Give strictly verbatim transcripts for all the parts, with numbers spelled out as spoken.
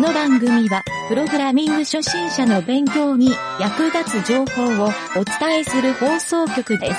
の番組は、プログラミング初心者の勉強に役立つ情報をお伝えする放送局です。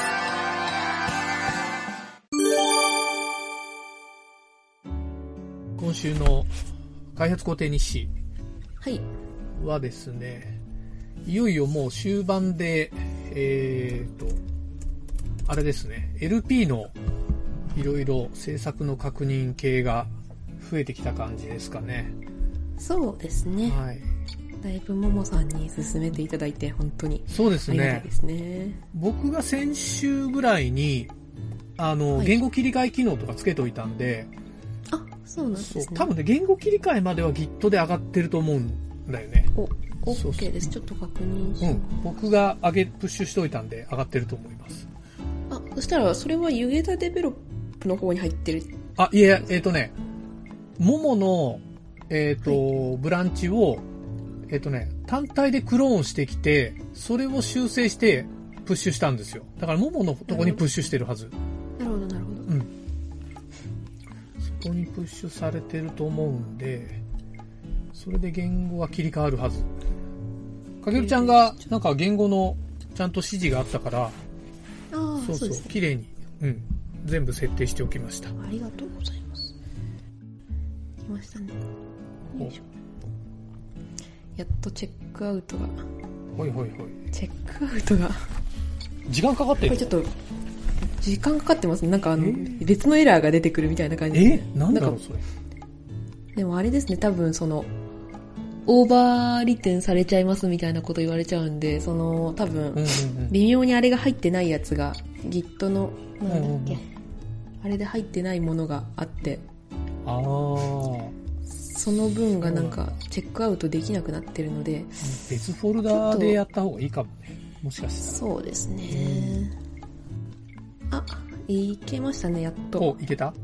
今週の開発工程日誌はいはですね、いよいよもう終盤で、えーと、あれですね、エルピー のいろいろ制作の確認系が増えてきた感じですかね。 そうですね、 はい、 だいぶももさんに勧めていただいて本当にそうですね、 ありがたいですね。 僕が先週ぐらいにあの、はい、言語切り替え機能とかつけといたんで、 あ、そうなんですね。 そう多分ね、言語切り替えまでは Git で上がってると思うんだよね。 お、OK です。ちょっと確認します、うん、 僕が上げプッシュしといたんで上がってると思います。 あ、そしたらそれはユゲタデベロップの方に入ってる。 あ、いや、えっ、ー、とね、もものえっ、ー、と、はい、ブランチを、えっ、ー、とね、単体でクローンしてきて、それを修正してプッシュしたんですよ。だからもものとこにプッシュしてるはず。 なるほど、なるほど。 うん。そこにプッシュされてると思うんで、それで言語が切り替わるはず。かけるちゃんが、なんか言語のちゃんと指示があったから、 ああ、 そうそう、綺麗に、うん、全部設定しておきました。 ありがとうございます。来ましたね。よいしょ。やっとチェックアウトが。 ほいほいほい。 チェックアウトが。 時間かかってる？ これちょっと、時間かかってますね。なんかあの、えー、別のエラーが出てくるみたいな感じで、ね。 えー、なんだろうそれ。 でもあれですね、多分その、オーバーリテンされちゃいますみたいなこと言われちゃうんで、その、多分、うんうんうん、微妙にあれが入ってないやつが、Git の、なんだっけ、うんうんうん、あれで入ってないものがあって、 ああ。 その分がなんかチェックアウトできなくなってるので、 別フォルダでやった方がいいかもね。もしかしたら。そうですね。あ、いけましたね、やっと。 お、いけた？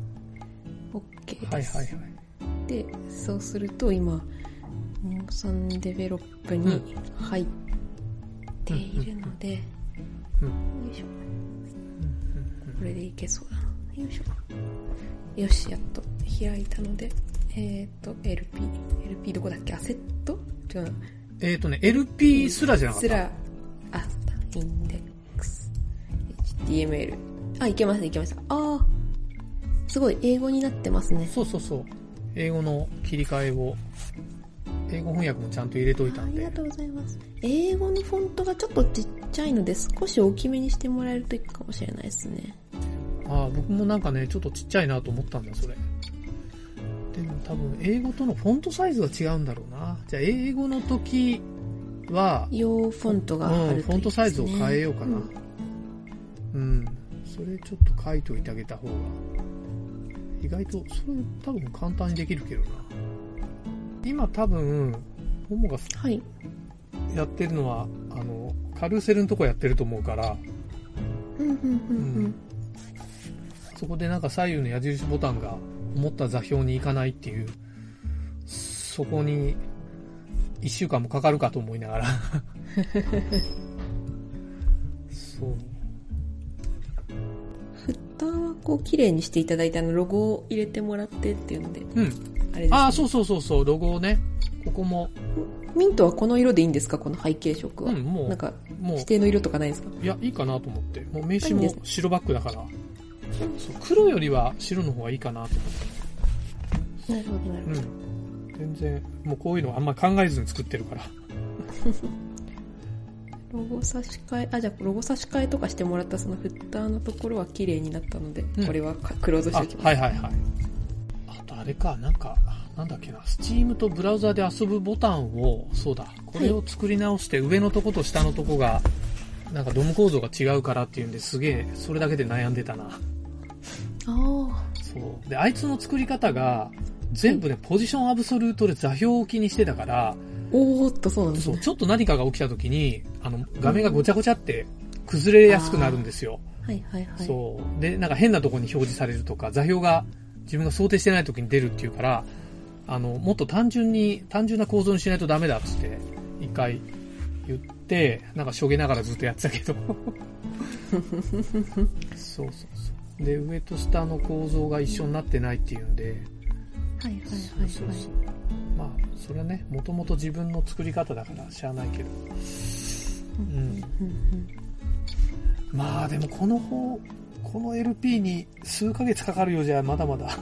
OK です。 はいはいはい。 で、そうすると今、ももさんデベロップに入っているので、うんうんうん、よいしょ。これでいけそうだな。よいしょ。よし、やっと開いたので、えっ、ー、と、エルピー。エルピー どこだっけ？アセット？違うな。 えっ、ー、とね、エルピー すらじゃなかった。 すら、あ、そうだ。インデックス。エイチティーエムエル。あ、いけました、いけました。あー。すごい、英語になってますね。 そうそうそう。英語の切り替えを、英語翻訳もちゃんと入れといたんで。 ありがとうございます。英語のフォントがちょっとちっちゃいので、少し大きめにしてもらえるといいかもしれないですね。 ああ、僕もなんかね、ちょっとちっちゃいなと思ったんだ、それ。でも多分英語とのフォントサイズが違うんだろうな。じゃあ英語の時は用フォントがあるといいですね、 うん、フォントサイズを変えようかな。うん、うん、それちょっと書いといてあげた方が意外とそれ多分簡単にできるけどな。今多分ももがやってるのは、はい、あのカルーセルのとこやってると思うから、 うんうんうんうん、 そこでなんか左右の矢印ボタンが思った座標に行かないっていう、そこにいっしゅうかんもかかるかと思いながらそう。 フッターはこう綺麗にしていただいて、あのロゴを入れてもらってっていうので、 うん、あれですね。ああ、そうそうそうそう、ロゴをね、ここも。 ミントはこの色でいいんですか、この背景色は。 うん、もうなんか指定の色とかないですか。 いや、いいかなと思って、もう名刺も白バックだから。そう、黒よりは白の方がいいかなと思って。 なるほどなるほど、 うん、全然もうこういうのあんま考えずに作ってるからロゴ差し替え、あ、じゃあロゴ差し替えとかしてもらったそのフッターのところは綺麗になったので、うん、これはクローズしておきます。 はいはいはい。あとあれか、なんかなんだっけな、スチームとブラウザで遊ぶボタンを、そうだ、これを作り直して、はい、上のとこと下のとこがなんかドム構造が違うからっていうんで、すげえそれだけで悩んでたな。 ああ。 そうで、あいつの作り方が全部ね、はい、ポジションアブソルートで座標置きにしてたから、 おーっと、そうなんですね。 そう、ちょっと何かが起きた時に、あの画面がごちゃごちゃって崩れやすくなるんですよ。 はいはいはい。 そうで、なんか変なところに表示されるとか、座標が自分が想定してない時に出るっていうから、あのもっと単純に単純な構造にしないとダメだっつって一回言って、なんかしょげながらずっとやってたけどそうそうそうで、上と下の構造が一緒になってないっていうんで、 はいはいはいはい、 そうそうそう、まあそれはね、もともと自分の作り方だからしゃあないけど。うん。うんうんうん、まあでもこの方、この エルピー に数ヶ月かかるようじゃまだまだ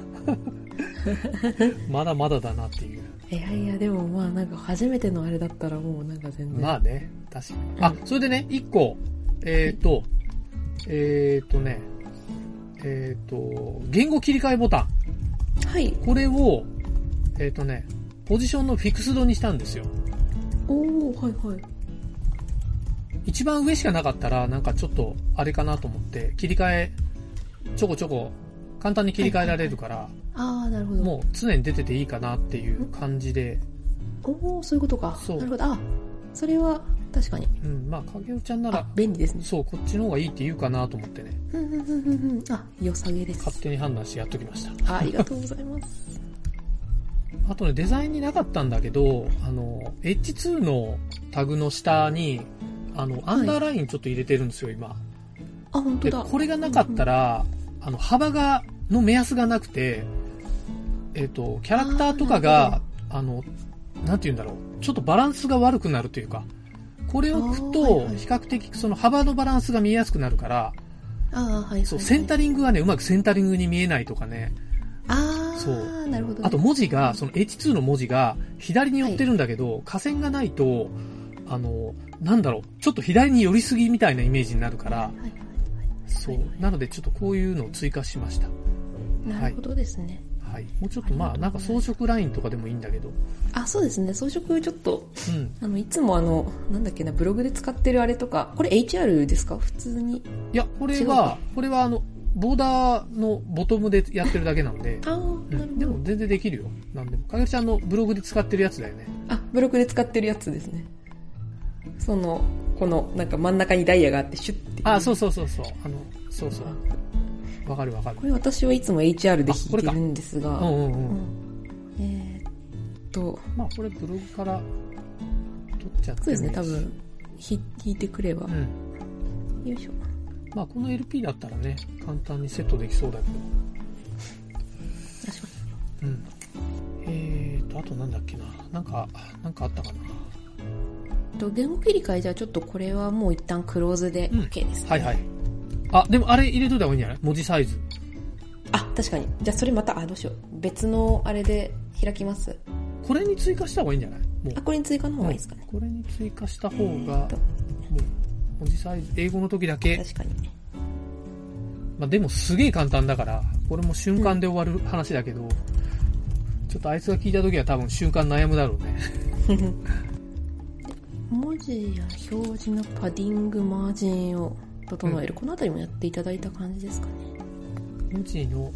まだまだだなっていう。 いやいや、でもまあなんか初めてのあれだったらもうなんか全然。 まあね、確かに。うん、あ、それでね、一個、えっ、ー、と、はい、えっ、ー、とね、えっ、ー、と、言語切り替えボタン。 はい。 これを、えっ、とね、ポジションのフィクスドにしたんですよ。 おー、はいはい。 一番上しかなかったら、なんかちょっと、あれかなと思って、切り替え、ちょこちょこ、簡単に切り替えられるから、はいはいはい、 ああ、なるほど。 もう常に出てていいかなっていう感じで。 おー、そういうことか。 そう。 なるほど。あ、それは、確かに。 うん、まあ、影尾ちゃんなら、 便利ですね。 そう、こっちの方がいいって言うかなと思ってね。 うんうんうんうんうん。あ、良さげです。 勝手に判断してやっときました。 あ、ありがとうございます。 あとね、デザインになかったんだけど、あの、エイチツー のタグの下に、あの、アンダーラインちょっと入れてるんですよ、はい、今。 あ、本当だ。 で、これがなかったら、うんうん、あの、幅が、の目安がなくて、えっと、キャラクターとかが、あの、なんて言うんだろう、ちょっとバランスが悪くなるというか、これを置くと、比較的その幅のバランスが見えやすくなるから、 あ、はいはいはい、 そう、センタリングがね、うまくセンタリングに見えないとかね。 ああ、 そう。 なるほど、ね。 あと文字が、その エイチツー の文字が左に寄ってるんだけど、はい、下線がないと、あの、なんだろう、ちょっと左に寄りすぎみたいなイメージになるから、はいはいはい、そう。なのでちょっとこういうのを追加しました。 なるほどですね。 はい。もうちょっとまあ、なんか装飾ラインとかでもいいんだけど。 あ、そうですね。装飾ちょっと、 うん。 あの、いつもあの、なんだっけな、ブログで使ってるあれとか、これ エイチアール ですか普通に。 いや、これは、これはあの、ボーダーのボトムでやってるだけなんで。 ああ、なるほど、うん。 でも全然できるよ。なんでも。かげるちゃんのブログで使ってるやつだよね。 あ、ブログで使ってるやつですね。その、この、なんか真ん中にダイヤがあってシュッて。 あ、そうそうそうそう。あの、そうそう。わかるわかる。 これ私はいつも エイチアール で弾いてるんですが。 うんうんうん。うん、 えー、っと。 まあこれブログから取っちゃってもいいし。 そうですね、多分、弾いてくれば。 うん。 よいしょ。 まあこの エルピー だったらね、簡単にセットできそうだけど。 確かに。うん。えーと、あとなんだっけな。なんか、なんかあったかな。 と言語切り替えじゃあちょっとこれはもう一旦クローズで OK です、ね、 うん、はいはい。あ、でもあれ入れといた方がいいんじゃない？文字サイズ。 あ、確かに。じゃあそれまた、あ、どうしよう。別のあれで開きます。 これに追加した方がいいんじゃない？もうあ、これに追加の方がいいですかね。 これに追加した方が、もう文字サイズ、英語の時だけ。 確かに。 まあでもすげえ簡単だから、これも瞬間で終わる話だけど、うん、ちょっとあいつが聞いた時は多分瞬間悩むだろうね。 文字や表示のパディング、マージンを整える、うん、このあたりもやっていただいた感じですかね。 文字の、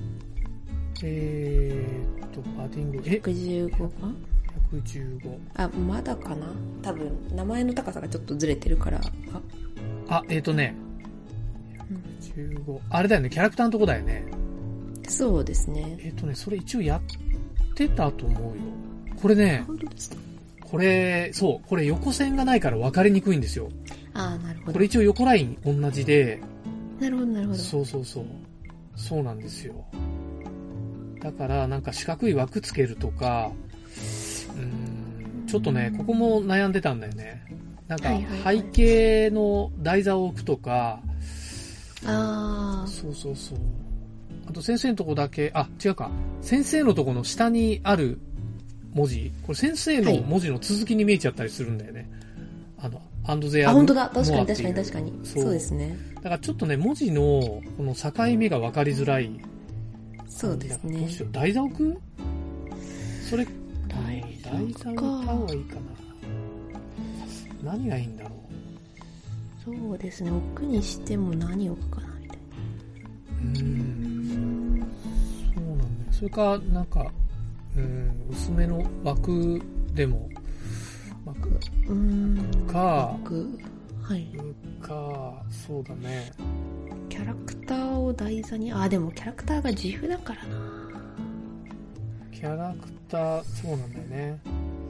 えーっと、パディング、え ?ひゃくじゅうご か ?ひゃくじゅうご。 あ、まだかな多分、名前の高さがちょっとずれてるから。 あ、あえーっとね、ひゃくじゅうご、うん。あれだよね、キャラクターのとこだよね。 そうですね。 えーっとね、それ一応やってたと思うよ。これね、 本当ですか？ これ、そう、これ横線がないから分かりにくいんですよ。 ああ、なるほど。 これ一応横ライン同じで。 なるほど、なるほど。 そうそうそう。そうなんですよ。だから、なんか四角い枠つけるとか、うーん、ちょっとね、ここも悩んでたんだよね。なんか、背景の台座を置くとか、 ああ。 そうそうそう。あと先生のとこだけ、あ、違うか。先生のとこの下にある文字、これ先生の文字の続きに見えちゃったりするんだよね。はい、あの、アンドゼア。 あ、本当だ。確かに確かに確かに。そう、そうですね。 だからちょっとね、文字のこの境目が分かりづらい。 そうですね。 どうしよう。台座置く？それ、台座置いた方がいいかな。何がいいんだろう。そうですね。置くにしても何を置くかなみたいな。 うーん。そうなんだよ。それか、なんか、うん、薄めの枠でも、枠うーんか、 枠、はい。 か、そうだね。 キャラクターを台座に、あ、でもキャラクターが自負だからな。 キャラクター、そうなんだよね。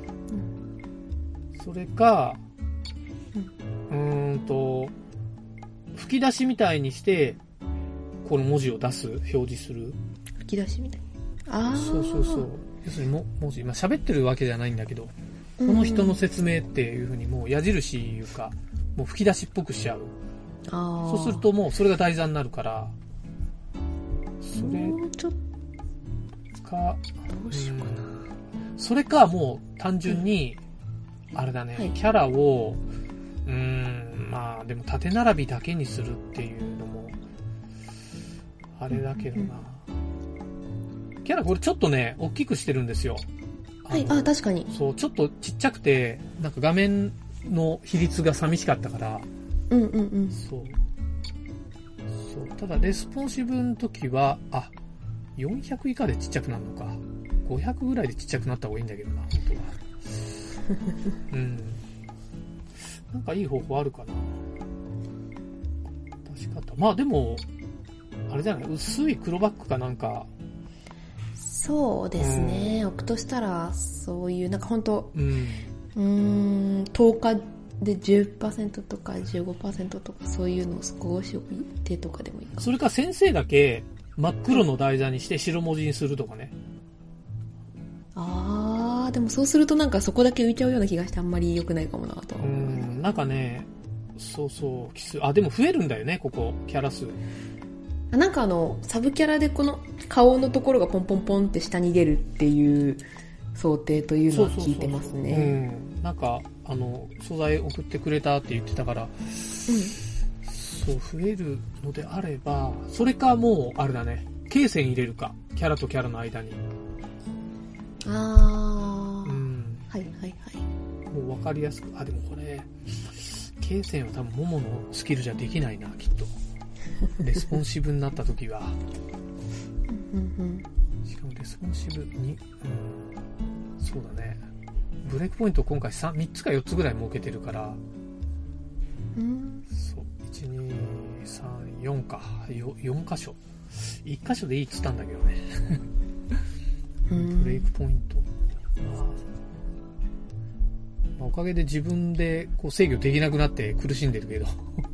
うん。それか、うん、うーんと、吹き出しみたいにして、この文字を出す、表示する。 吹き出しみたいに。ああ。 そうそうそう。 要するにも文字、まあ、喋ってるわけじゃないんだけど、この人の説明っていう風にもう矢印いうか、もう吹き出しっぽくしちゃう。 あそうするともうそれが台座になるから、それもうちょっか、 どうしようかな。 それかもう単純に、あれだね、はい、キャラを、うーん、まあでも縦並びだけにするっていうのも、あれだけどな。うん、キャラこれちょっとね、大きくしてるんですよ。 はい、あ、確かに。 そう、ちょっとちっちゃくて、なんか画面の比率が寂しかったから。 うんうんうん。 そう。そう。ただ、レスポンシブの時は、あ、よんひゃく以下でちっちゃくなるのか。ごひゃくぐらいでちっちゃくなった方がいいんだけどな、本当は。うん。なんかいい方法あるかな。出し方。まあでも、あれじゃない、薄い黒バックかなんか。 そうですね、うん、置くとしたらそういうなんか本当うん、 うーんとおかで じゅっパーセント とか じゅうごパーセント とかそういうのを少し置いてとかでもいいか。 それか先生だけ真っ黒の台座にして白文字にするとかね。 あーでもそうするとなんかそこだけ浮いちゃうような気がしてあんまり良くないかもなと。 うんなんかねそうそう奇数あでも増えるんだよねここキャラ数。 なんかあのサブキャラでこの顔のところがポンポンポンって下に出るっていう想定というのは聞いてますね。 なんかあの素材送ってくれたって言ってたから、うん、そう増えるのであればそれかもうあれだね罫線入れるかキャラとキャラの間に。 あー、 うん、 はいはいはい。 もう分かりやすくあでもこれ罫線は多分モモのスキルじゃできないなきっと。レスポンシブになった時はしかもレスポンシブに、うん、そうだねブレイクポイント今回 3, 3つかよっつぐらい設けてるから、 うん、 そういちにさんよんか 4, 4箇所いっ箇所でいいっつったんだけどねブレイクポイント、まあまあ、おかげで自分でこう制御できなくなって苦しんでるけど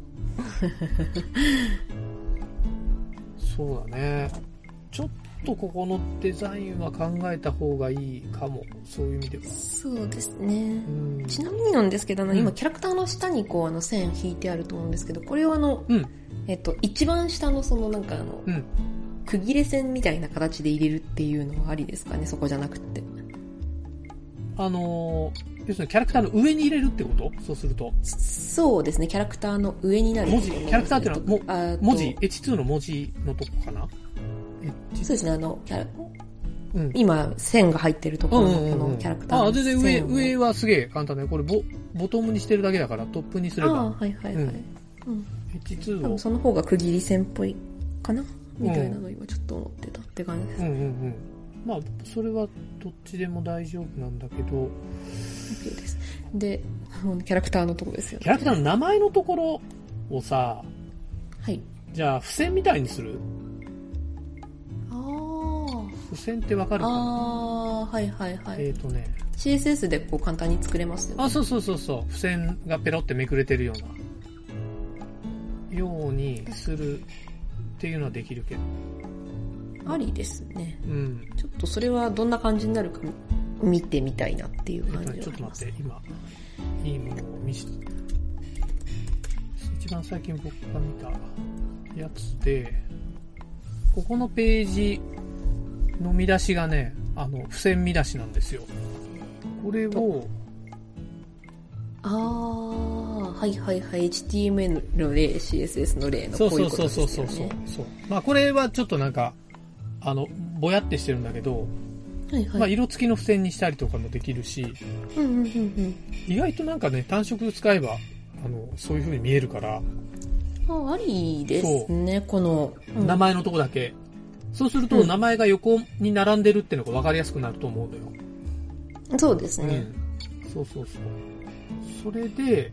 そうだねちょっとここのデザインは考えた方がいいかもそういう意味では。 そうですね、うん、ちなみになんですけど、うん、今キャラクターの下にこうあの線引いてあると思うんですけどこれはあの、うんえっと、一番下のそのなんかあの、うん、区切れ線みたいな形で入れるっていうのはありですかねそこじゃなくて。 あのー要するにキャラクターの上に入れるってことそうすると。 そうですね、キャラクターの上になる、 文字、キャラクターっていうのは、も文字、エイチツー の文字のとこかなそうですね、あの、キャラ、うん、今、線が入ってるところのこのキャラクターの、うんうんうん。あ、 全然上、上はすげえ簡単だよ。これボ、ボトムにしてるだけだから、トップにすれば。 あはいはいはい。うん、 エイチツー を。 多分その方が区切り線っぽいかなみたいなのを今ちょっと思ってたって感じです。 うんうんうん。まあ、それはどっちでも大丈夫なんだけど、 OK です。で、キャラクターのところですよね。 キャラクターの名前のところをさ、 はい。 じゃあ、付箋みたいにする？ ああ。 付箋ってわかるかな？ ああ、はいはいはい。 えっとね。 シーエスエス でこう簡単に作れますよね。 あ、そうそうそうそう。付箋がペロってめくれてるような、ようにするっていうのはできるけど。 ありですね。 うん。 ちょっとそれはどんな感じになるか見てみたいなっていう感じがあります。ちょっと待って、今、いいものを見せて。一番最近僕が見たやつで、ここのページの見出しがね、あの、付箋見出しなんですよ。これを、 あー、はいはいはい、エイチティーエムエル の例、シーエスエス の例のこういうことですよね。そうそうそうそうそう。 まあこれはちょっとなんか、あの、ぼやってしてるんだけど、 はいはい、 まあ、色付きの付箋にしたりとかもできるし、 うんうんうんうん、 意外となんかね単色使えばあのそういう風に見えるから、 あ、ありですねこの、 うん、名前のとこだけ。そうすると名前が横に並んでるっていうのが分かりやすくなると思うのよ。 そうですね、 うん、そうそうそう。それで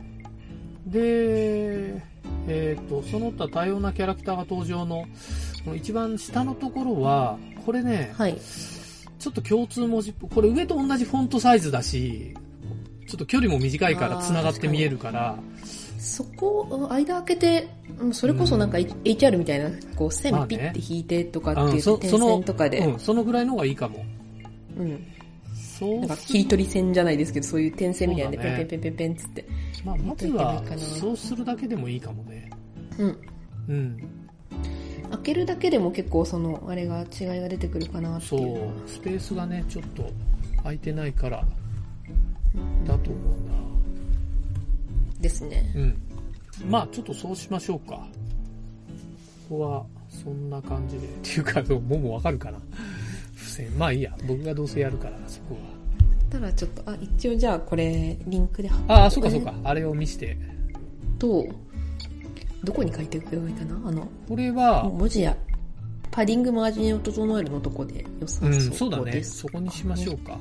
でえっとその他多様なキャラクターが登場の一番下のところはこれね、 はい、 ちょっと共通文字、これ上と同じフォントサイズだし、ちょっと距離も短いから繋がって見えるから。 そこ、間開けて、それこそなんか エイチアール みたいな、こう線ピッて引いてとかっていう点線とかで、 まあね、うん、その、うん、そのぐらいの方がいいかも。 ううん。 そうなんか切り取り線じゃないですけど、そういう点線みたいなので、 そうだねペンペンペンペンペンつって。 まあ、まずは、そうするだけでもいいかもね。 うん。 うん。 開けるだけでも結構その、あれが、違いが出てくるかなっていう。 そう。スペースがね、ちょっと空いてないから、だと思うな。 ですね。 うん。まあ、ちょっとそうしましょうか。ここは、そんな感じで。っていうか、もうもうわかるかな。付箋。まあいいや。僕がどうせやるから、そこは。 ただちょっと、あ、一応じゃあこれ、リンクで貼って。 ああ、そうかそうか。あれを見せて。 と、どこに書いておけばいいかなあの、 これは、 文字や、パディングマージンを整えるのとこで良さそうです。 うん、そうだね。そこにしましょうか。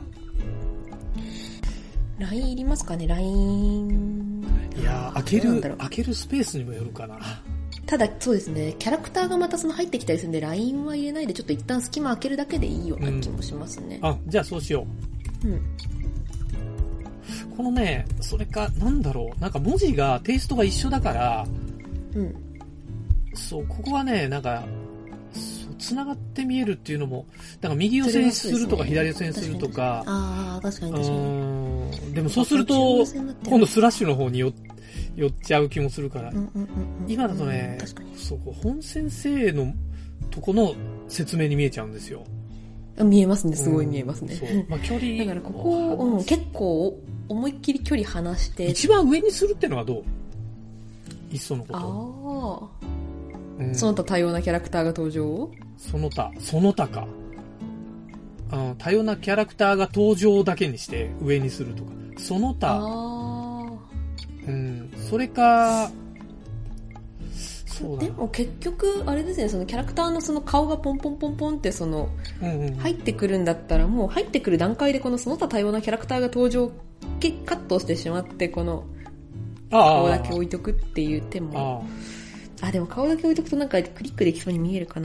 ライン いりますかね ?ライン。 いやー、開ける、開けるスペースにもよるかな。 ただ、そうですね、キャラクターがまたその入ってきたりするんで、ライン は入れないで、ちょっと一旦隙間開けるだけでいいような気もしますね。 うん、あ、じゃあそうしよう。うん。 このね、それか、なんだろう、なんか文字が、テイストが一緒だから、 うん。 そう、ここはね、なんか、繋がって見えるっていうのも、なんか右寄せにするとか左寄せにするとか。 ああ、確かに確かに。 でもそうすると、今度スラッシュの方に寄寄っちゃう気もするから。今だとね、そう、本先生のとこの説明に見えちゃうんですよ。 見えますね、すごい見えますね。 そう。まあ距離。 だからここ、うん、結構思いっきり距離離して。 一番上にするってのはどう？いっそのこと。 ああ。うん、その他多様なキャラクターが登場？ その他、その他か。あの多様なキャラクターが登場だけにして上にするとか。その他。 あうん。それか、そうだな。 でも結局、あれですね、そのキャラクターのその顔がポンポンポンポンってその、うんうん、入ってくるんだったらもう入ってくる段階でこのその他多様なキャラクターが登場、カットしてしまってこの顔だけ置いとくっていう手も。ああ、でも顔だけ置いとくとなんかクリックできそうに見えるかな。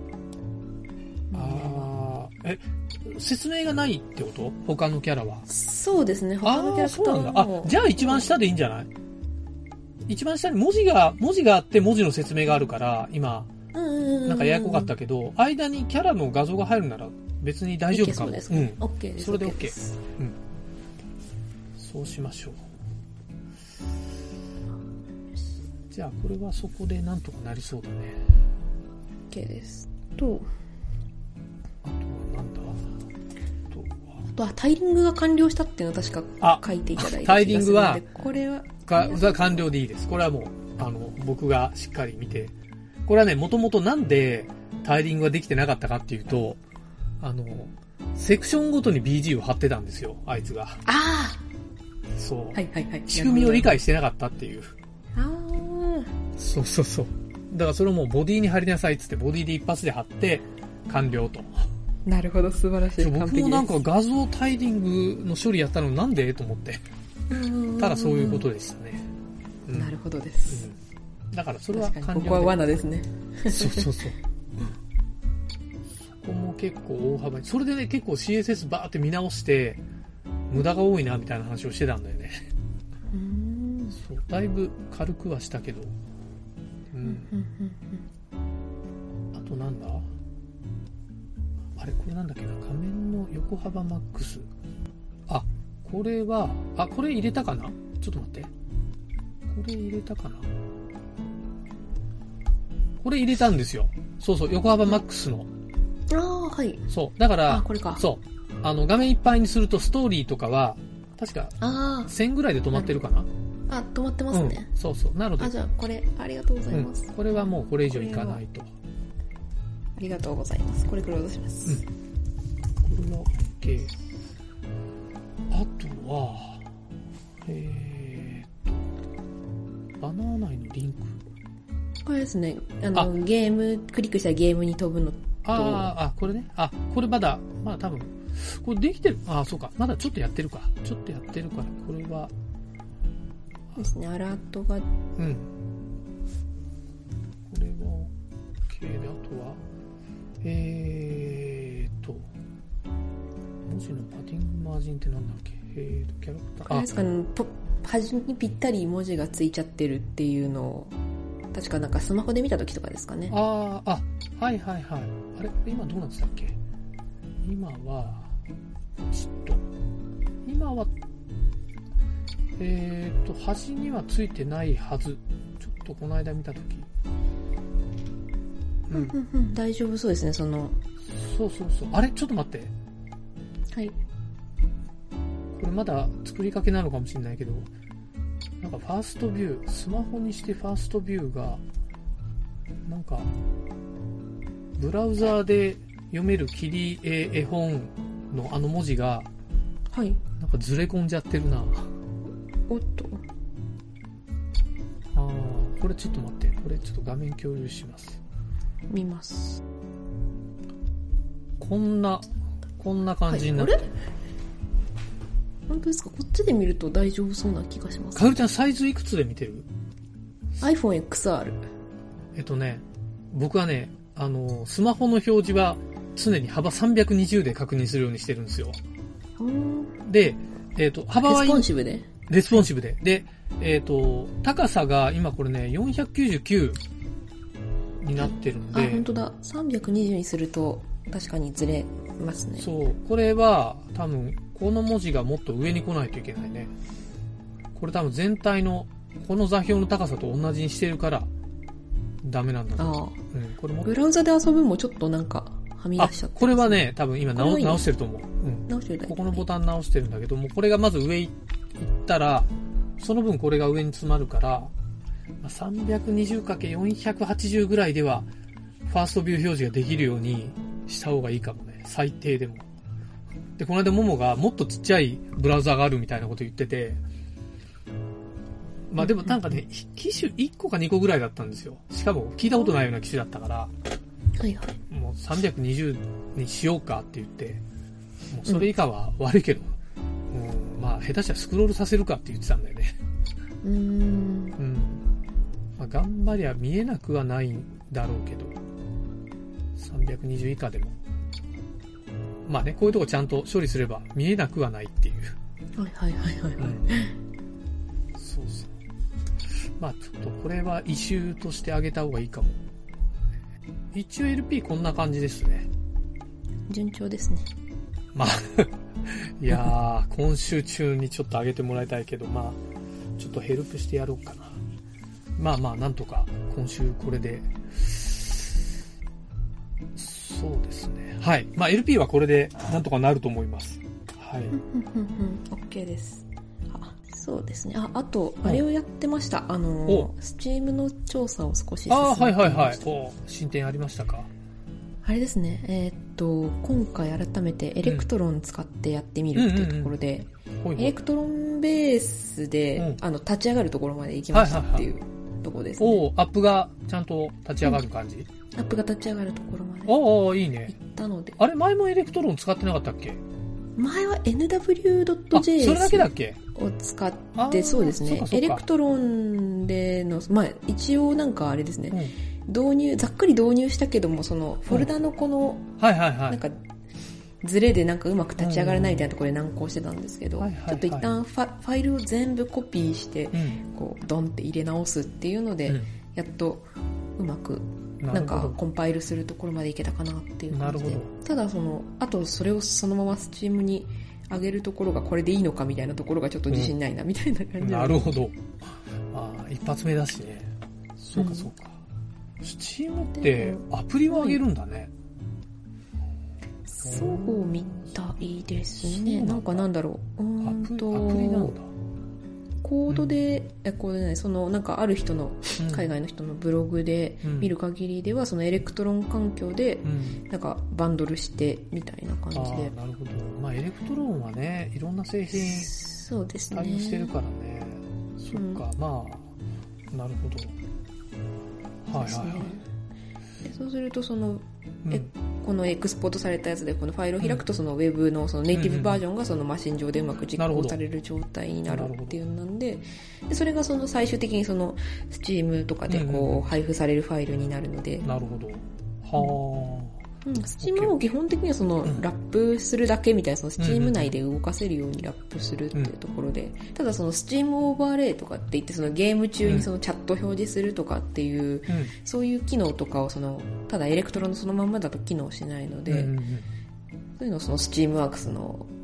ああ、え、説明がないってこと？他のキャラは。 そうですね、他のキャラクターは。 そうなんだ。あ、じゃあ一番下でいいんじゃない？一番下に文字が、文字があって文字の説明があるから、今、なんかややこかったけど、間にキャラの画像が入るなら別に大丈夫かも。 そうですね。 うん。 OK です。 それで OK。うん。そうしましょう。じゃあこれはそこでなんとかなりそうだね。 OK です。とあとはなんだとはあとはタイリングが完了したっていうのは確か書いていただいて、 タイリングはこれはが完了でいいです。これはもうあの僕がしっかり見て、これはね、もともとなんでタイリングができてなかったかっていうと、あのセクションごとに ビージー を貼ってたんですよ、あいつが。 ああ、 そう、 はいはいはい、 仕組みを理解してなかったっていう。 ああ、 そうそうそう。だからそれをもうボディに貼りなさいっつってボディで一発で貼って完了と。 なるほど、素晴らしい。 僕もなんか画像タイリングの処理やったのなんでと思って。ただそういうことでしたね。 うん、なるほどです、 うん。だからそれは完了で。 ここは罠ですね。 そうそうそう。そこも結構大幅に。それでね、結構 シーエスエス バーって見直して、無駄が多いなみたいな話をしてたんだよね。 うーん、 そう、だいぶ軽くはしたけど。うん。あとなんだ？あれ、これなんだっけな、画面の横幅マックス。あ、これは、あ、これ入れたかな？ちょっと待って。これ入れたかな？これ入れたんですよ。そうそう、横幅マックスの。 ああ、はい。 そう。だから、 あ、これか。 そう。あの、画面いっぱいにするとストーリーとかは、確か、せんぐらいで止まってるかな？ あ、止まってますね。 うん、そうそう。なので。 あ、じゃあ、これ、ありがとうございます。 うん、これはもうこれ以上いかないと。 ありがとうございます。これくらい落とします。 うん。これは OK。あとは、えーっと、バナー内のリンク。 これですね。あの、あゲーム、クリックしたらゲームに飛ぶのと。 ああ、これね。あ、これまだ、まだ多分、これできてる。あ、そうか。まだちょっとやってるか。ちょっとやってるから、これは。 ですね、アラートが。うん。 これは OK で、あとは、えーと、文字のパディングマージンってなんだっけ？えーと、キャラクター。 これですかね、端にぴったり文字がついちゃってるっていうのを、確かなんかスマホで見た時とかですかね。 ああ、あ、はいはいはい。あれ今どうなってたっけ？今は、 ちっと。今は、えーと、端にはついてないはず。ちょっとこの間見たとき。 うん。うんうん、大丈夫そうですね、その。 そうそうそう。あれちょっと待って。 はい。 これまだ作りかけなのかもしれないけど、なんかファーストビュー、スマホにしてファーストビューが、なんか、ブラウザーで読める切り絵絵本のあの文字が、 はい。 なんかずれ込んじゃってるな。 おっと。 ああ、これちょっと待って。これちょっと画面共有します。 見ます。 こんな、こんな感じになって、はい、あれ本当ですか？こっちで見ると大丈夫そうな気がします。 かおりちゃんサイズいくつで見てる？ アイフォンエックスアール。 えっとね、僕はね、あの、スマホの表示は常に幅さんびゃくにじゅうで確認するようにしてるんですよ。で、えっと、幅はレスポンシブでレスポンシブで。で、えっと、高さが今これね、よんひゃくきゅうじゅうきゅうになってるんで。 あ、本当だ。さんびゃくにじゅうにすると確かにずれますね。 そう。これは多分、この文字がもっと上に来ないといけないね。これ多分全体の、この座標の高さと同じにしてるから、ダメなんだと思う。ああ。うん、これも。 ブラウザで遊ぶもちょっとなんか、はみ出しちゃって、ね。 これはね、多分今直直してると思う。うん。 直してるだけ。 ここのボタン直してるんだけども、これがまず上行ったら、その分これが上に詰まるから、さんびゃくにじゅうかけるよんひゃくはちじゅう ぐらいでは、ファーストビュー表示ができるようにした方がいいかもね。最低でも。で、この間ももがもっとちっちゃいブラウザがあるみたいなこと言ってて、まあでもなんかね、機種いっこかにこぐらいだったんですよ。しかも聞いたことないような機種だったから、 はいはい。 もうさんびゃくにじゅうにしようかって言って、もうそれ以下は悪いけど、うん、まあ下手したらスクロールさせるかって言ってたんだよね。 うーん。うん。 まあ、頑張りゃ見えなくはないんだろうけど、さんびゃくにじゅう以下でも。まあね、こういうとこちゃんと処理すれば見えなくはないっていう。 はいはいはいはい、はいうん。 そうそう。まあちょっとこれはイシューとしてあげた方がいいかも。一応 エルピー こんな感じですね。 順調ですね。 まあいやー今週中にちょっと上げてもらいたいけど、まあちょっとヘルプしてやろうかな。まあまあなんとか今週これでそうですね。はい。まあ エルピー はこれでなんとかなると思います。はい。 OK です。あ、そうですね。あ、あとあれをやってました。あのスチームの調査を少し進めてました。あ、 はいはいはい。お、進展ありましたか？ あれですね。えー、っと今回改めてエレクトロン使ってやってみるっていうところで、エレクトロンベースで、うん、あの立ち上がるところまで行きましたっていう。はいはいはい、とこですね。 おアップがちゃんと立ち上がる感じ、うん、 アップが立ち上がるところまでおおいいね行ったので。 あれ前もエレクトロン使ってなかったっけ？ 前は エヌダブリュードットジェイエスそれだけだっけを使ってそうですね。エレクトロンでの、まあ、一応なんかあれですね、うん、導入ざっくり導入したけどもそのフォルダのこの、うん、はいはいはいなんかズレでなんかうまく立ち上がらないみたいなところで難航してたんですけど、うんはいはいはい、ちょっと一旦フ ァ, ファイルを全部コピーして、うん、こうドンって入れ直すっていうので、うん、やっとうまくなんかコンパイルするところまでいけたかなっていう感じで。ただそのあとそれをそのままスチームに上げるところがこれでいいのかみたいなところがちょっと自信ないなみたいな感じ、うん、 なるほど。ああ一発目だしね。そうかそうか、うん、スチームってアプリを上げるんだね。 そうみたいですね。なんかなんだろう。うんとアプリなんだ。 コードで、うん、コードじゃない、そのなんかある人の、うん、海外の人のブログで見る限りでは、うん、そのエレクトロン環境で、うん、なんかバンドルしてみたいな感じで。あ、 なるほど。まあエレクトロンはね、いろんな製品そうですね。 対応してるからね。そっか、うん、まあなるほど。はいはいはい。 でそうするとその、うん、えこのエクスポートされたやつでこのファイルを開くとそのウェブのそのネイティブバージョンがそのマシン上でうまく実行される状態になるっていうのなんで、でそれがその最終的にそのスチームとかでこう配布されるファイルになるので。 なるほど。はあ。 うん、スチームも基本的にはそのラップするだけみたいな、そのスチーム内で動かせるようにラップするっていうところで、ただそのスチームオーバーレイとかって言ってそのゲーム中にそのチャット表示するとかっていう、うん、そういう機能とかをそのただエレクトロンのそのまんまだと機能しないので、うんうんうん、そういうのをそのスチームワークスの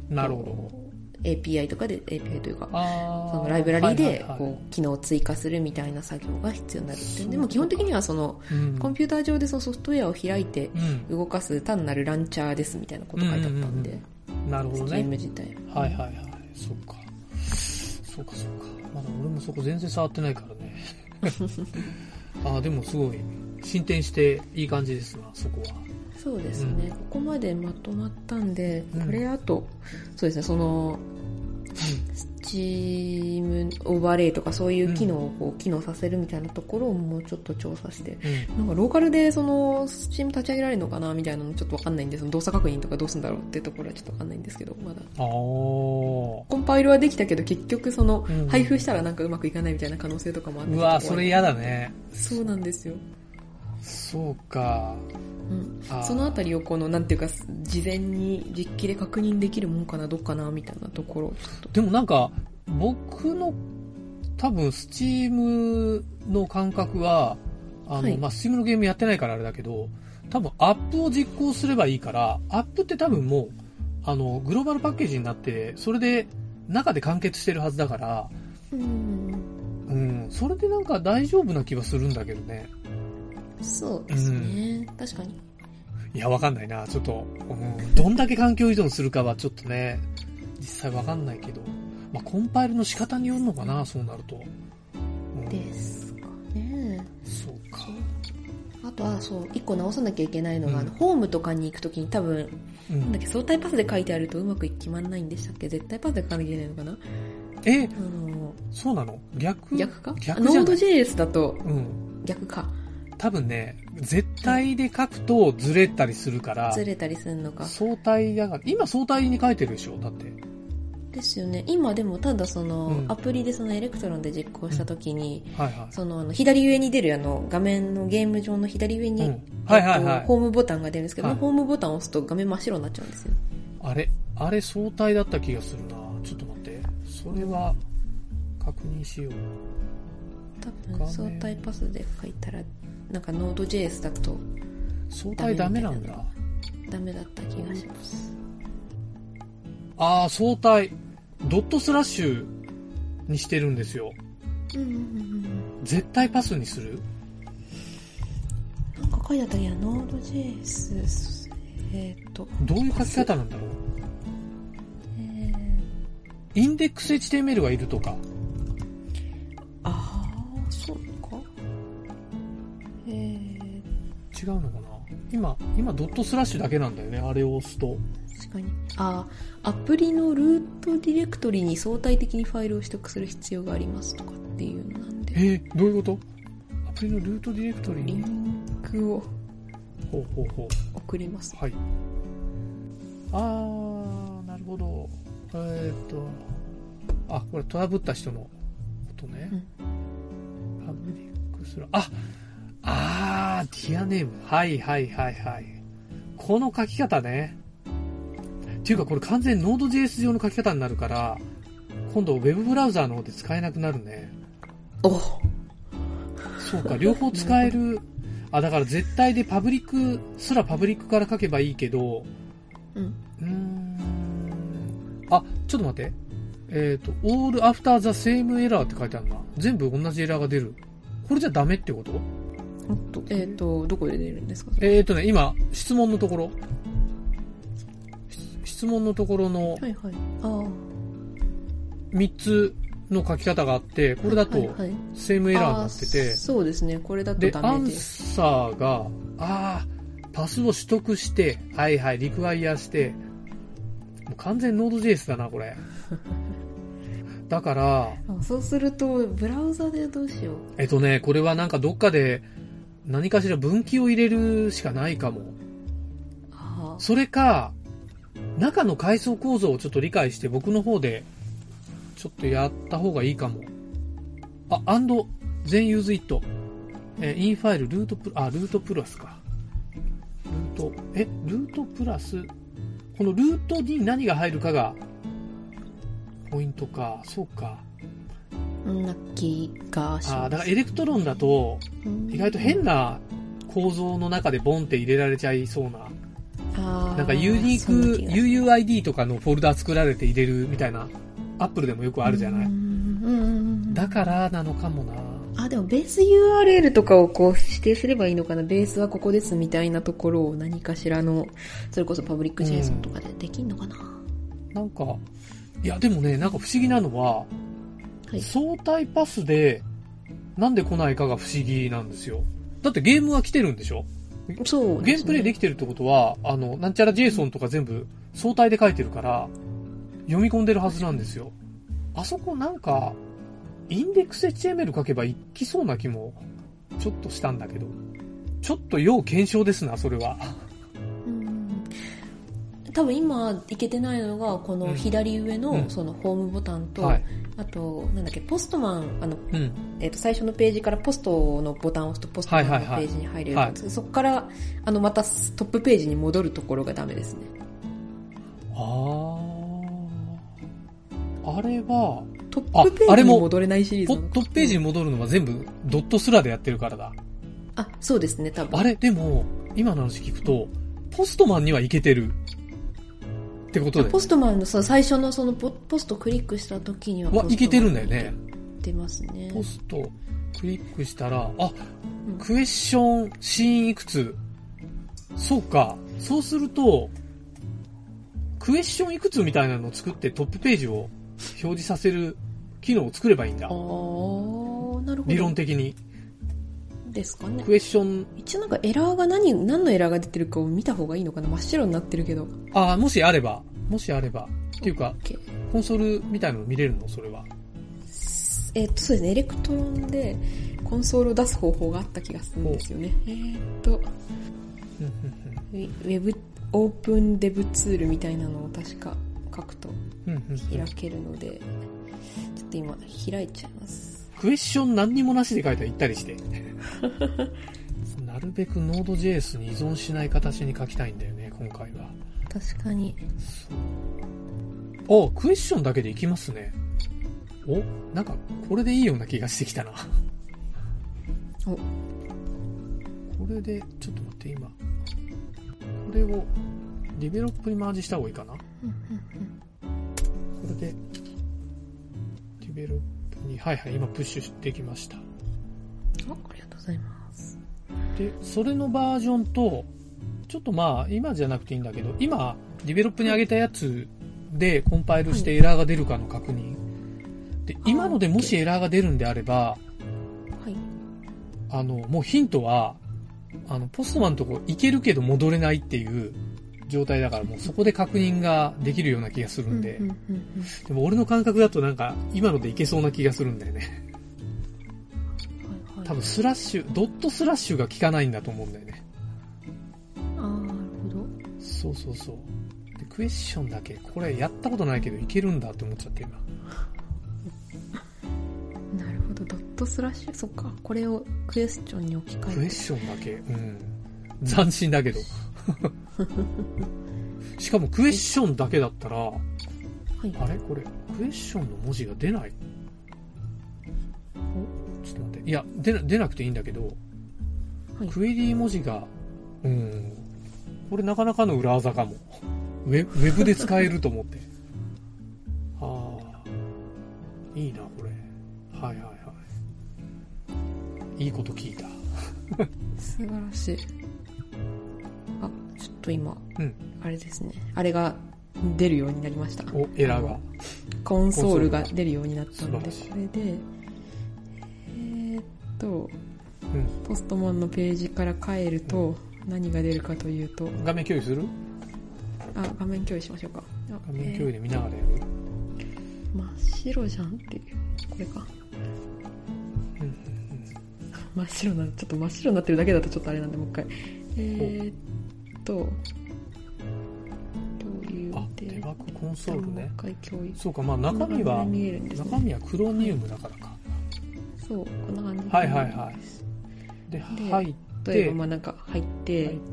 なるほど。 エーピーアイ とかで エーピーアイ というかそのあライブラリーではいはいはいこう機能を追加するみたいな作業が必要になるってでも基本的にはそのうんコンピューター上でそのソフトウェアを開いてうん動かす単なるランチャーですみたいなこと書いてあったんで、 なるほど Steam ね。 自体はいはいはい。そうか。そうかそうか。まだ俺もそこ全然触ってないからね。ああ、でもすごい進展していい感じですな、そこは。 そうですね、 うんここまでまとまったんで、 うんこれあとそうですねそのスチームオーバーレイとかそういう機能をこう機能させるみたいなところをもうちょっと調査して、 うん。 なんかローカルでそのスチーム立ち上げられるのかなみたいなのちょっとわかんないんで、その動作確認とかどうするんだろうっていうところはちょっとわかんないんですけど、まだ。 ああ。 コンパイルはできたけど結局そのうん配布したらなんかうまくいかないみたいな可能性とかもあって。 うわ、それ嫌だね。 そうなんですよ。 そうか。 うんあー、 そのあたりをこのなんていうか事前に実機で確認できるもんかなどうかなみたいなところをちょっと。 でもなんか、僕の多分スチームの感覚は、あの、 はいまあ、スチームのゲームやってないからあれだけど、多分アップを実行すればいいから、アップって多分もう、あの、グローバルパッケージになって、それで中で完結してるはずだから、 うんうん、それでなんか大丈夫な気はするんだけどね。 そうですね、確かに。 いや、わかんないな。ちょっと、うん、どんだけ環境依存するかはちょっとね、実際わかんないけど。まあ、コンパイルの仕方によるのかな、そうなると。うん、 ですかね。 そうか。 あとはそう一個直さなきゃいけないのが、 うんあのホームとかに行くときに多分、 うんなんだっけ相対パスで書いてあるとうまく決まんないんでしたっけ。絶対パスで書かなきゃいけないのかな。 え、 あのそうなの？逆逆か逆じゃない？ ノード ジェイエス だとうん。 逆か。 多分ね、絶対で書くとずれたりするから、 ずれたりするのか。 相対だから、今相対に書いてるでしょだって。 ですよね。今でもただその、 うんアプリでそのエレクトロンで実行したときに、 はいはい。 そのあの左上に出るあの画面のゲーム上の左上に、 うんはいはいはいえっとホームボタンが出るんですけど、 はいホームボタンを押すと画面真っ白になっちゃうんですよ。 あれあれ相対だった気がするな。ちょっと待って。それは、確認しよう。 多分相対パスで書いたらなんかノード ジェイエス だと相対ダメなんだ。 ダメだった気がします。 ああ、相対。ドットスラッシュにしてるんですよ。 うんうんうんうん絶対パスにする？ なんか書いてあったっけな、ノード ジェイエス、えーっと、 どういう書き方なんだろう？ えー、 インデックス エイチティーエムエル がいるとか。 ああ、そうか。えー、 違うのかな？今、今ドットスラッシュだけなんだよね。あれを押すと。 確かに。ああ、アプリのルートディレクトリに相対的にファイルを取得する必要がありますとかっていうのなんで。 えー、どういうこと？アプリのルートディレクトリリに。 ンクをほうほうほう。 送ります。 はい。あー、なるほど。えーっと、あ、これトラブった人のことね。 うんパブリックスラ、あ、あー、ディアネーム。はいはいはいはい。この書き方ね。っていうかこれ完全に ノード ジェイエス 上の書き方になるから、今度ウェブブラウザーの方で使えなくなるね。 おそうか、両方使える。あ、だから絶対でパブリックすらパブリックから書けばいいけど、 うん。 うーん。あ、ちょっと待って。えっ、と、all after the same error って書いてあるな。全部同じエラーが出る。これじゃダメってこと？ おっと、えっ、と、どこで出るんですか？ えっ、とね、今、質問のところ。質問のところのはいはい。ああ。 みっつの書き方があって、これだとはいはい、 セームエラーになってて、 あーそうですね。これだとで、 ダアンメです。 サーが、あー、パスを取得して、はいはい、リクワイアして、もう完全ノード ジェイエス だな、これ。だから、 あそうすると、ブラウザでどうしよう。 えっとね、これはなんかどっかで何かしら分岐を入れるしかないかも。 あそれか、中の階層構造をちょっと理解して僕の方でちょっとやった方がいいかも。あ、and then use it. えー、in ファイル、ルートプラ、あ、ルートプラスか。ルート、え、ルートプラス、このルートに何が入るかがポイントか。そうか。 な気がします。 あ、だからエレクトロンだと意外と変な構造の中でボンって入れられちゃいそうな。 あなんかユニーク ユーユーアイディー とかのフォルダ作られて入れるみたいな、アップルでもよくあるじゃない。 うんうん、 だからなのかもな。 あ、でもベース ユーアールエル とかをこう指定すればいいのかな。ベースはここですみたいなところを何かしらの、それこそパブリック JSON とかでできんのかな、 うん、なんか、いやでもね、なんか不思議なのは、はい、相対パスでなんで来ないかが不思議なんですよ。だってゲームは来てるんでしょ？ そうですね。 ゲームプレイできてるってことは、あの、なんちゃら JSON とか全部相対で書いてるから、読み込んでるはずなんですよ。あそこなんか、インデックス エイチティーエムエル 書けばいきそうな気も、ちょっとしたんだけど。ちょっと要検証ですな、それは。 うん。多分今、いけてないのが、この左上の、そのホームボタンと、うんはい、あと、なんだっけ、ポストマン、あの、うん、えっと、最初のページからポストのボタンを押すと、ポストマンのページに入れるやつ、はいはいはい、そこから、あの、またトップページに戻るところがダメですね。 ああ。あれは、 トップページに戻れないシリーズなのか。 トップページに戻るのは全部ドットスラでやってるからだ。 あ、そうですね、多分。 あれ、でも、今の話聞くと、ポストマンにはいけてる。ってことで。 ポストマンのさ、最初のそのポ、ポストクリックした時にはポストマン。 いけてるんだよね。 出ますね。 ポストクリックしたら、あ、うん、クエスチョンシーンいくつ。そうか。そうすると、クエスチョンいくつみたいなのを作ってトップページを表示させる機能を作ればいいんだ。あー、なるほど。 理論的に。 ですかね。 クエスチョン。 一応なんかエラーが何、何のエラーが出てるかを見た方がいいのかな。真っ白になってるけど。 ああ、もしあれば。もしあれば。っていうか、コンソールみたいなの見れるのそれは。 えっと、そうですね。エレクトロンでコンソールを出す方法があった気がするんですよね。えーっと、ウェブ、オープンデブツールみたいなのを確か書くと開けるので、ちょっと今開いちゃいます。 クエスチョン何にもなしで書いたら行ったりして。なるべく ノードジェイエス に依存しない形に書きたいんだよね、今回は。 確かに。 お、クエスチョンだけでいきますね。お、なんかこれでいいような気がしてきたな。 お、 これでちょっと待って、今これをディベロップにマージした方がいいかな。これでディベロップに、はいはい、今プッシュできました。あ、 ありがとうございます。 で、それのバージョンとちょっとまあ今じゃなくていいんだけど、今ディベロップに上げたやつでコンパイルしてエラーが出るかの確認、で、今のでもしエラーが出るんであれば、 はい、 あのもうヒントは、あのポストマンのとこ行けるけど戻れないっていう状態だから、もうそこで確認ができるような気がするんで、でも俺の感覚だとなんか今のでいけそうな気がするんだよね。多分スラッシュ、ドットスラッシュが効かないんだと思うんだよね。 ああ、なるほど。 そうそうそう。で、クエスチョンだけ、これやったことないけどいけるんだって思っちゃって今。 なるほど、ドットスラッシュ、そっか。これをクエスチョンに置き換えて。 クエスチョンだけ、うん。斬新だけど。しかもクエスチョンだけだったら、はい、あれこれ、クエスチョンの文字が出ない。ちょっと待って。いや、出な、出なくていいんだけど、はい、クエリー文字が、うん。これなかなかの裏技かも。ウェ、ウェブで使えると思って。ああ、いいな、これ。はいはいはい。いいこと聞いた。 素晴らしい。あ、ちょっと今、 うん、 あれですね。あれが出るようになりました。 お、エラーが。 コンソールが出るようになったので、これで、えー、っと、うん、ポストマンのページから帰ると、何が出るかというと、 画面共有する？ あ、画面共有しましょうか。 画面共有で見ながらやる？ 真っ白じゃんっていう。これか。 うんうんうん、 真っ白な、ちょっと真っ白になってるだけだとちょっとあれなんで、もう一回。えー、っと、共有で。 あ、デバッグコンソールね。 もう一回共有。 そうか、まあ中身は、 ね、 中身はクロミウムだからか。 そう、こんな感じで。 はいはいはい。で、入って、 例えばまあなんか入って、 入って、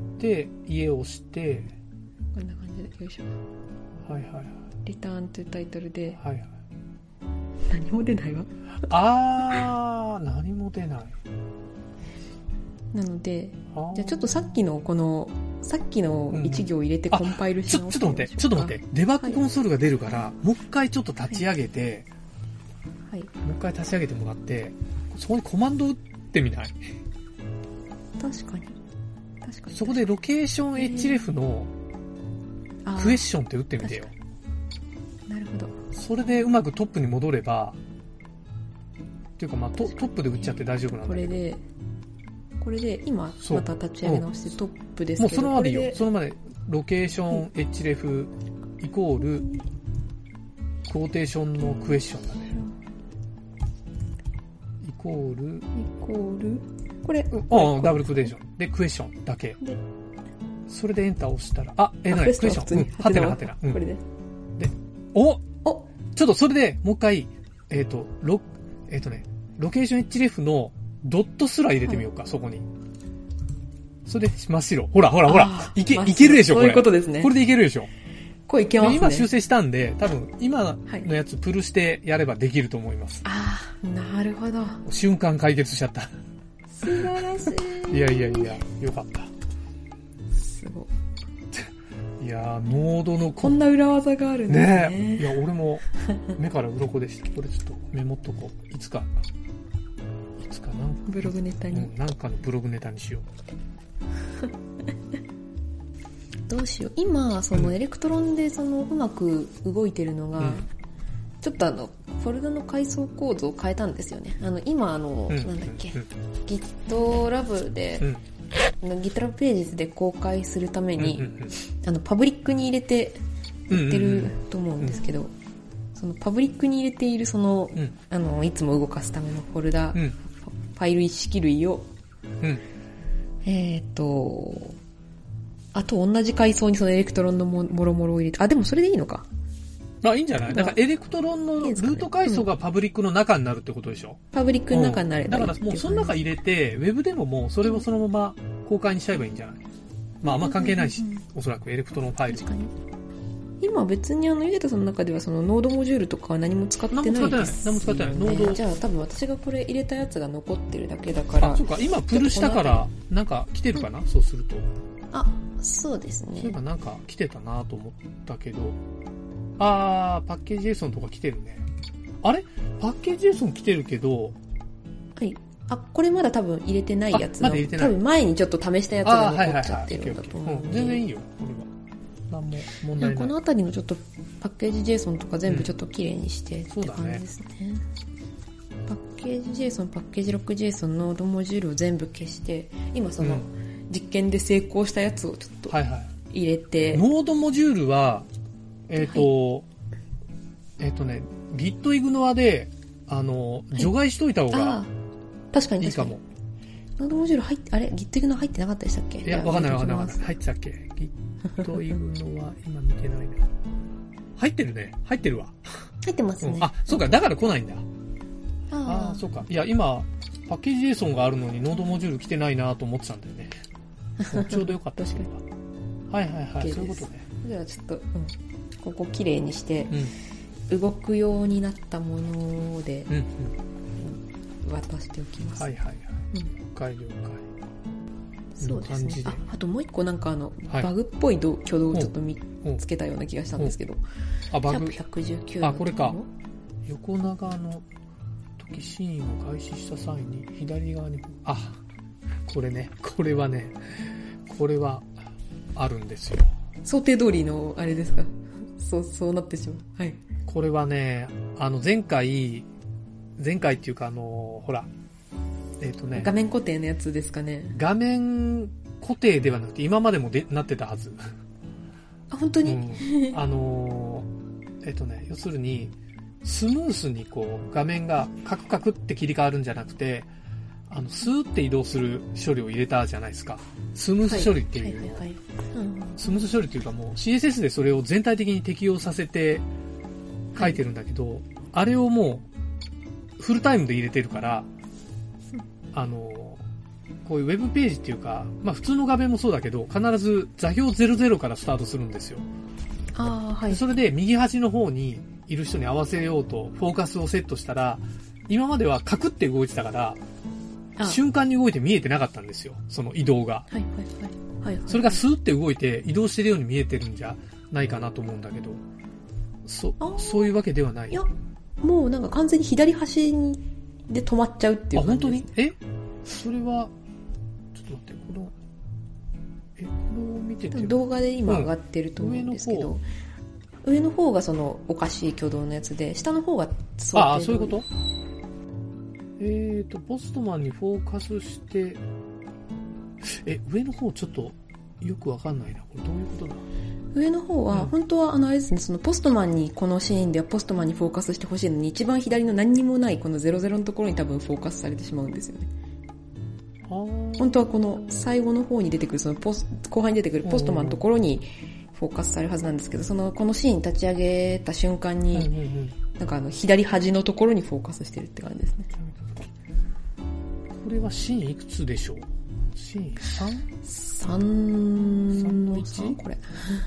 家を押して、 こんな感じで、よいしょ。 はいはいはい。 リターンというタイトルで、 はいはい。 何も出ないわ。 あー、何も出ない。 なので、じゃあちょっとさっきのこのさっきのいち行入れてコンパイルしちょ、 直ちょっと待って、ちょっと待って。デバッグコンソールが出るから、もう一回ちょっと立ち上げて、 はい。 もう一回立ち上げてもらって、そこにコマンド打ってみない？ 確かに。確かに。 そこでロケーション href のクエスチョンって打ってみてよ。 なるほど。 それでうまくトップに戻れば、っていうかまあト、トップで打っちゃって大丈夫なんだけど。 これで、これで今また立ち上げ直してトップですけど、 もうそのままでいいよ。そのままでロケーション href イコールクォーテーションのクエスチョンだね。イコールイコールこれ、 ああダブルクォーテーションでクエスチョンだけ。でそれでエンターを押したら、あ、え、なにクエスチョン、うん、はてなはてな。うん、これで。で、おおちょっとそれでもう一回、えっ、ー、と、ロ、えっ、ー、とね、ロケーション href のドットすら入れてみようか、はい、そこに。それで真っ白。ほらほらほら。いけ、いけるでしょ、これ。 そういうことですね。 これでいけるでしょ。 これいけますね。 今修正したんで、多分今のやつプルしてやればできると思います。 はい、ああ、なるほど。 瞬間解決しちゃった。 素晴らしい。 いやいやいや、よかった。 すごい。 いやー、ノードのこんな裏技があるんですね。 ねえ。いや、俺も目から鱗でした。これちょっとメモっとこう。いつか。いつかなんか。 ブログネタに。 うん、なんかのブログネタにしよう。 どうしよう。今、そのエレクトロンでそのうまく動いてるのが、うん、ちょっとあの、フォルダの階層構造を変えたんですよね。あの、今あの、うん、なんだっけ、うん、GitLab で、うん、GitLab ページで公開するために、うんうんうん、あの、パブリックに入れて売ってると思うんですけど、うんうんうん、そのパブリックに入れているその、うん、あの、いつも動かすためのフォルダ、うん、ファイル一式類を、うん、えっと、あと同じ階層にそのエレクトロンのもろもろを入れて、あ、でもそれでいいのか。 あ、いいんじゃない？だからエレクトロンのルート階層がパブリックの中になるってことでしょ？ パブリックの中になればいい、 うん、だからもうその中入れて、ウェブでももうそれをそのまま公開にしちゃえばいいんじゃない？まああんま関係ないし、うんうんうん、おそらくエレクトロンファイル。確かに。 今別にあの、ゆげたさんの中ではそのノードモジュールとかは何も使ってないです。 何も使ってない。何も使ってない。ノード。 じゃあ多分私がこれ入れたやつが残ってるだけだから。 あ、そうか。今プルしたから、なんか来てるかな、うん、そうすると。 あ、そうですね。 そういえばなんか来てたなと思ったけど。あー、パッケージ JSON とか来てるね。あれパッケージ JSON 来てるけど。 はい。あ、これまだ多分入れてないやつの。 まだ入れてない。 多分前にちょっと試したやつが残っちゃってるんだと思う。 全然いいよ、これは。何も問題ない。 このあたりのちょっとパッケージ JSON とか全部ちょっと綺麗にしてって感じですね。うん、パッケージ JSON、パッケージロック JSON、ノードモジュールを全部消して、今その実験で成功したやつをちょっと入れて。 はいはい、ノードモジュールは、えっ、ー、と、はい、えっ、ー、とね、Git-Ignore で、あの、除外しといた方が確かにいいかも。 ノードモジュール入って、あれ Git-Ignore 入ってなかったでしたっけ？ いや、わかんないわかんないわかんない。入ってたっけ？ Git-Ignore は今見てないな。入ってるね。入ってるわ。 入ってますね。 うん、あ、そうか。だから来ないんだ。ああ、そうか。いや、今、パッケージ JSON があるのにノードモジュール来てないなと思ってたんだよね。ちょうどよかった。確かに。はいはいはい。そういうことね。 じゃあちょっと、うん、ここ綺麗にして、うん、動くようになったもので、うんうん、渡しておきます。 はいはいはい。うん、了解了解。 そうですね。あ、あともう一個なんかあの、はい、バグっぽい挙動をちょっと見つけたような気がしたんですけど。 あ、バグ。 シャープひゃくじゅうきゅうの。 あ、これか。横長の時シーンを開始した際に左側に、あ、これね、これはね、これはあるんですよ。 想定通りのあれですか？そう、そうなってしまう。はい。 これはね、あの前回、前回っていうかあの、ほら、えっとね。 画面固定のやつですかね。 画面固定ではなくて今までもでなってたはず。 あ、本当に、 うん、あの、えっとね、要するに、スムースにこう画面がカクカクって切り替わるんじゃなくて、あのスーって移動する処理を入れたじゃないですか。スムース処理っていう、はいはいはいはい、うん、スムース処理っていうかもう シーエスエス でそれを全体的に適用させて書いてるんだけど、はい、あれをもうフルタイムで入れてるから、うん、あのこういうウェブページっていうか、まあ普通の画面もそうだけど必ず座標ゼロゼロからスタートするんですよ。 あ、はい、 それで右端の方にいる人に合わせようとフォーカスをセットしたら、今まではカクって動いてたから瞬間に動いて見えてなかったんですよ、その移動が。 はいはいはい。 はいはい、 それがスーって動いて移動してるように見えてるんじゃないかなと思うんだけど、そ、そういうわけではない。 いや、もうなんか完全に左端にで止まっちゃうっていう感じです。 あ、本当に？え？それは、ちょっと待って、この、え、これを見てて。 動画で今上がってると思うんですけど、うん、上の方がそのおかしい挙動のやつで、下の方が想定。ああ、そういうこと？えーと、ポストマンにフォーカスして、え、上の方ちょっとよくわかんないな。これどういうことだ？ 上の方は、うん、本当はあのあれですね、そのポストマンにこのシーンではポストマンにフォーカスしてほしいのに、一番左の何にもないこのゼロゼロのところに多分フォーカスされてしまうんですよね。本当はこの最後の方に出てくるそのポス後半に出てくるポストマンのところにフォーカスされるはずなんですけど、そのこのシーン立ち上げた瞬間に、うんうんうん、なんかあの左端のところにフォーカスしてるって感じですね。 これはシーンいくつでしょう？シーン さん？ さん の いち？ これ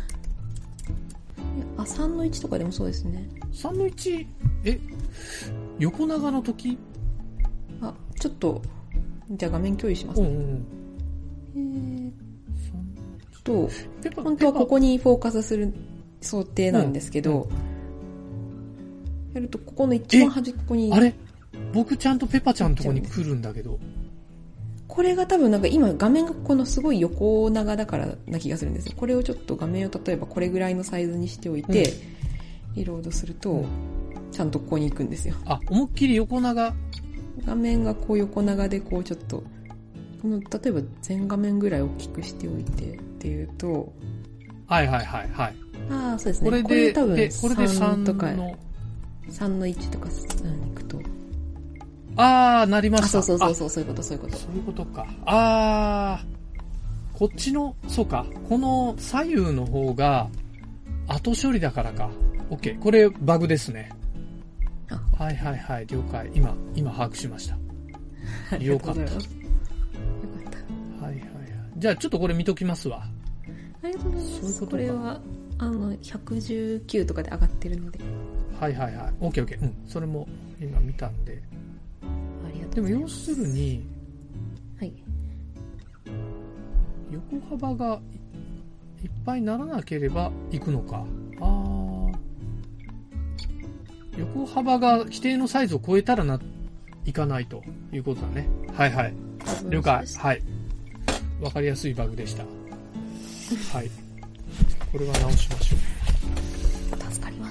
あ、さんのいちとかでもそうですね。 さんのいち、え、横長の時？ あ、ちょっと、じゃあ画面共有しますね。うんうん、えーっと、本当はここにフォーカスする想定なんですけど、うんうん、やるとここの一番端っこに。 あれ？僕ちゃんとペパちゃんのとこに来るんだけど。 これが多分なんか今画面がこのすごい横長だからな気がするんですよ。これをちょっと画面を例えばこれぐらいのサイズにしておいて、うん、リロードすると、ちゃんとここに行くんですよ。 あ、思いっきり横長。 画面がこう横長でこうちょっと、この例えば全画面ぐらい大きくしておいてっていうと、 はいはいはいはい。 ああ、そうですね。 これで、 これ多分これでさんとか、 のさんのいちとかに行くと、 あー、なりました。 あ、そうそうそうそう、そういうこと、そういうこと。 そういうことか。あー、こっちの、そうか。この左右の方が後処理だからか。OK。これバグですね。 あ、 はいはいはい、了解。今、今把握しました。よかった。よかった。はいはいはい。じゃあちょっとこれ見ときますわ。 ありがとうございます。そういうことか。これは、あの、ひゃくじゅうきゅうとかで上がってるので。 はいはいはい。OK OK。うん。それも今見たんで。でも要するに、 はい、 横幅がいっぱいにならなければ行くのか。あー、横幅が規定のサイズを超えたらな、いかないということだね。はいはい。了解。はい。わかりやすいバグでした。はい。これは直しましょう。助かります。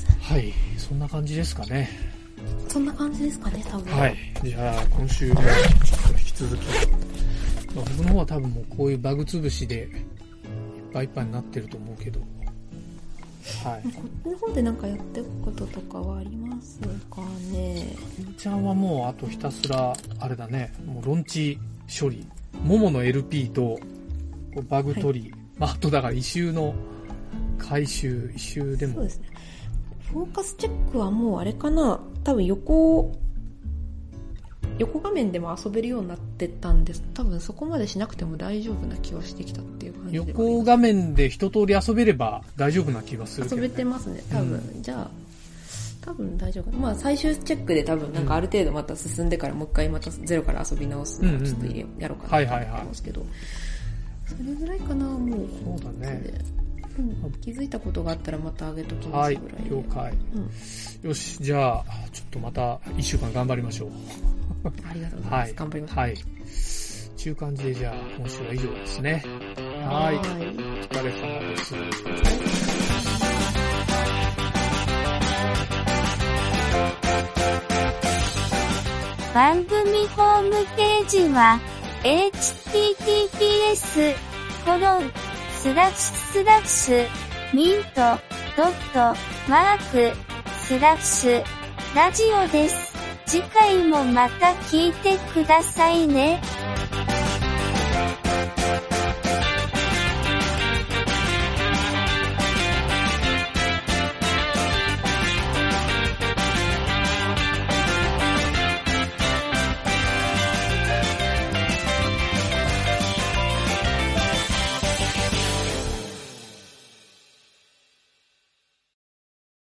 はい。そんな感じですかね。 そんな感じですかね、多分。 はい。じゃあ、今週も引き続き、まあ、僕の方は多分もうこういうバグ潰しでいっぱいいっぱいになってると思うけど、はい。 こっちの方でなんかやっていくこととかはありますかね。 ゆうちゃんはもうあとひたすら、あれだね、もうロンチ処理、モモの エルピー とバグ取り、はい、まあ、あとだから異臭の回収、異臭でも。 そうですね。フォーカスチェックはもうあれかな、多分横、横画面でも遊べるようになってたんです。多分そこまでしなくても大丈夫な気はしてきたっていう感じで。 横画面で一通り遊べれば大丈夫な気がするけど、ね。 遊べてますね、多分。うん、じゃあ、多分大丈夫かな。まあ最終チェックで多分なんかある程度また進んでからもう一回またゼロから遊び直すのをちょっと入れ、うんうん、やろうかなと思ってますけど。それぐらいかな、もう。 そうだね。 うん、気づいたことがあったらまた上げときますぐらいで。 はい、了解、うん。よし、じゃあ、ちょっとまた一週間頑張りましょう。 ありがとうございます。はい、頑張りましょう。 はい。ちゅう感じで、じゃあ、今週は以上ですね。はい。お疲れ様です。 番組ホームページは、エイチティーティーピーエスコロンスラッシュスラッシュミントドットマークスラッシュラジオです。次回もまた聞いてくださいね。